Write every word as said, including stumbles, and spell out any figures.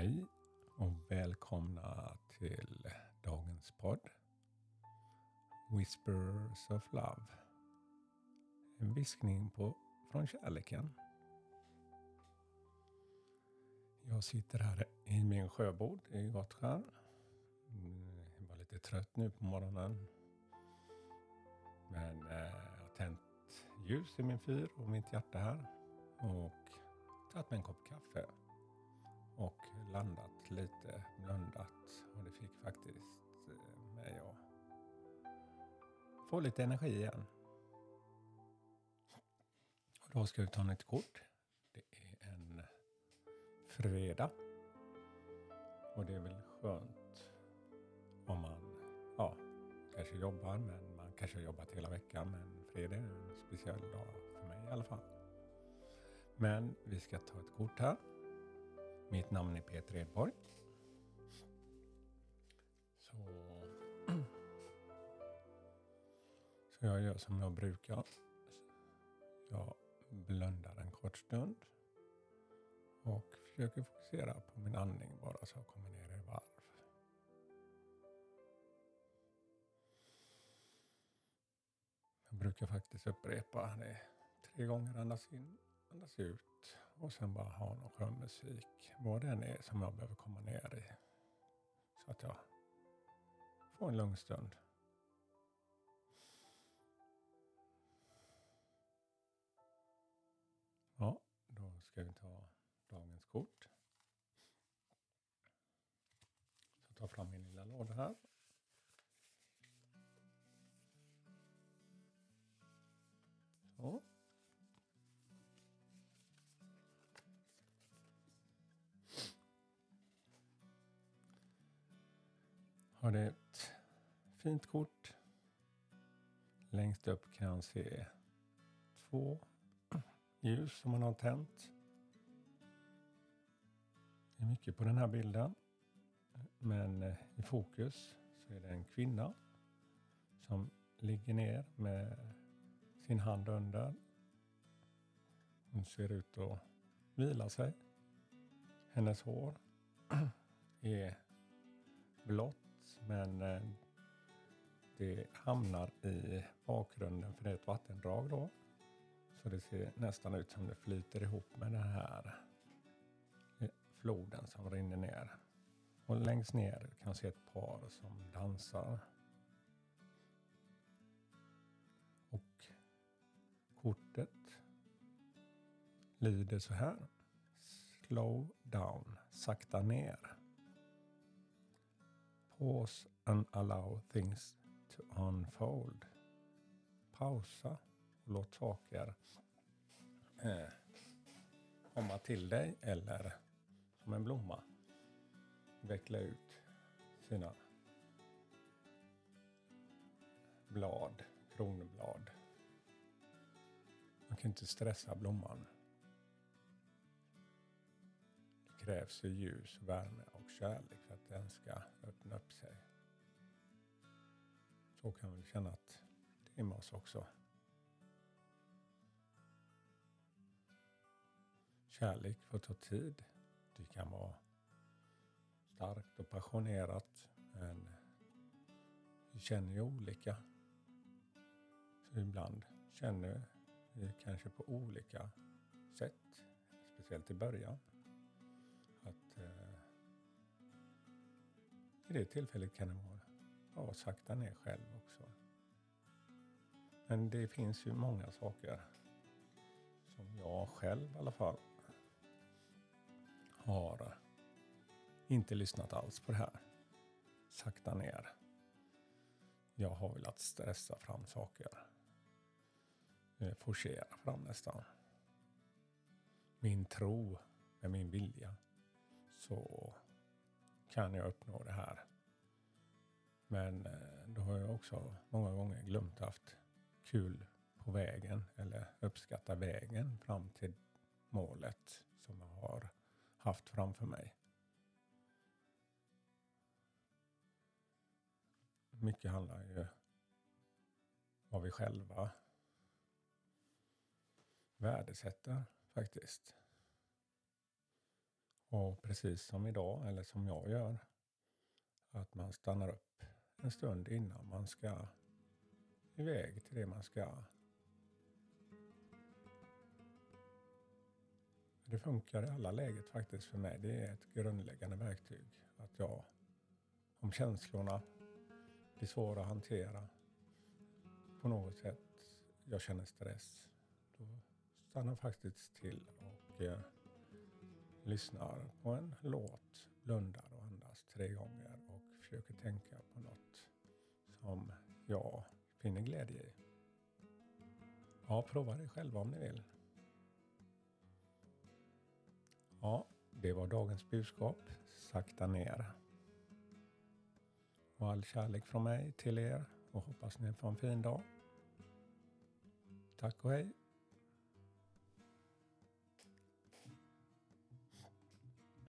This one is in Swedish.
Hej och välkomna till dagens podd Whispers of Love. En viskning på, från kärleken. Jag sitter här i min sjöbod i Gottskär. Jag var lite trött nu på morgonen. Men eh, jag har tänt ljus i min fyr och mitt hjärta här. Och tagit mig en kopp kaffe. Och landat lite, blundat. Och det fick faktiskt eh, mig att få lite energi igen. Och då ska vi ta ett kort. Det är en fredag. Och det är väl skönt om man ja, kanske jobbar. Men man kanske har jobbat hela veckan. Men fredag är en speciell dag för mig i alla fall. Men vi ska ta ett kort här. Mitt namn är Peter Edborg. Så, så jag gör som jag brukar. Jag blundar en kort stund. Och försöker fokusera på min andning bara så jag kommer ner i varv. Jag brukar faktiskt upprepa det tre gånger, andas in, andas ut. Och sen bara ha någon skön musik. Vad den är som jag behöver komma ner i. Så att jag får en lugn stund. Ja, då ska vi ta dagens kort. Så ta fram min lilla låda här. Så. Har det ett fint kort. Längst upp kan jag se två ljus som man har tänt. Det är mycket på den här bilden. Men i fokus så är det en kvinna som ligger ner med sin hand under. Hon ser ut att vila sig. Hennes hår är blått. Men det hamnar i bakgrunden för det är ett vattendrag då. Så det ser nästan ut som det flyter ihop med den här floden som rinner ner. Och längst ner kan man se ett par som dansar. Och kortet lyder så här. Slow down, sakta ner. Pause and allow things to unfold. Pausa och låt saker eh, komma till dig eller som en blomma veckla ut sina blad, kronblad. Man kan inte stressa blomman. Det krävs ljus, värme och kärlek för att den ska öppna upp sig. Så kan vi känna att det är med oss också. Kärlek får ta tid. Det kan vara starkt och passionerat. Men vi känner ju olika. Så ibland känner vi kanske på olika sätt. Speciellt i början. Att eh, i det tillfället kan det vara ja, sakta ner själv också. Men det finns ju många saker som jag själv i alla fall har inte lyssnat alls på det här. Sakta ner. Jag har velat stressa fram saker. Forcera fram nästan. Min tro med min vilja. Så kan jag uppnå det här. Men då har jag också många gånger glömt haft kul på vägen. Eller uppskatta vägen fram till målet som jag har haft framför mig. Mycket handlar ju om vad vi själva värdesätter faktiskt. Och precis som idag, eller som jag gör, att man stannar upp en stund innan man ska iväg till det man ska. Det funkar i alla läget faktiskt för mig. Det är ett grundläggande verktyg. Att jag, om känslorna blir svåra att hantera på något sätt, jag känner stress, då stannar jag faktiskt till och eh, lyssnar på en låt, blundar och andas tre gånger och försöker tänka på något som jag finner glädje i. Ja, prova det själva om ni vill. Ja, det var dagens budskap. Sakta ner. Och all kärlek från mig till er och hoppas ni får en fin dag. Tack och hej.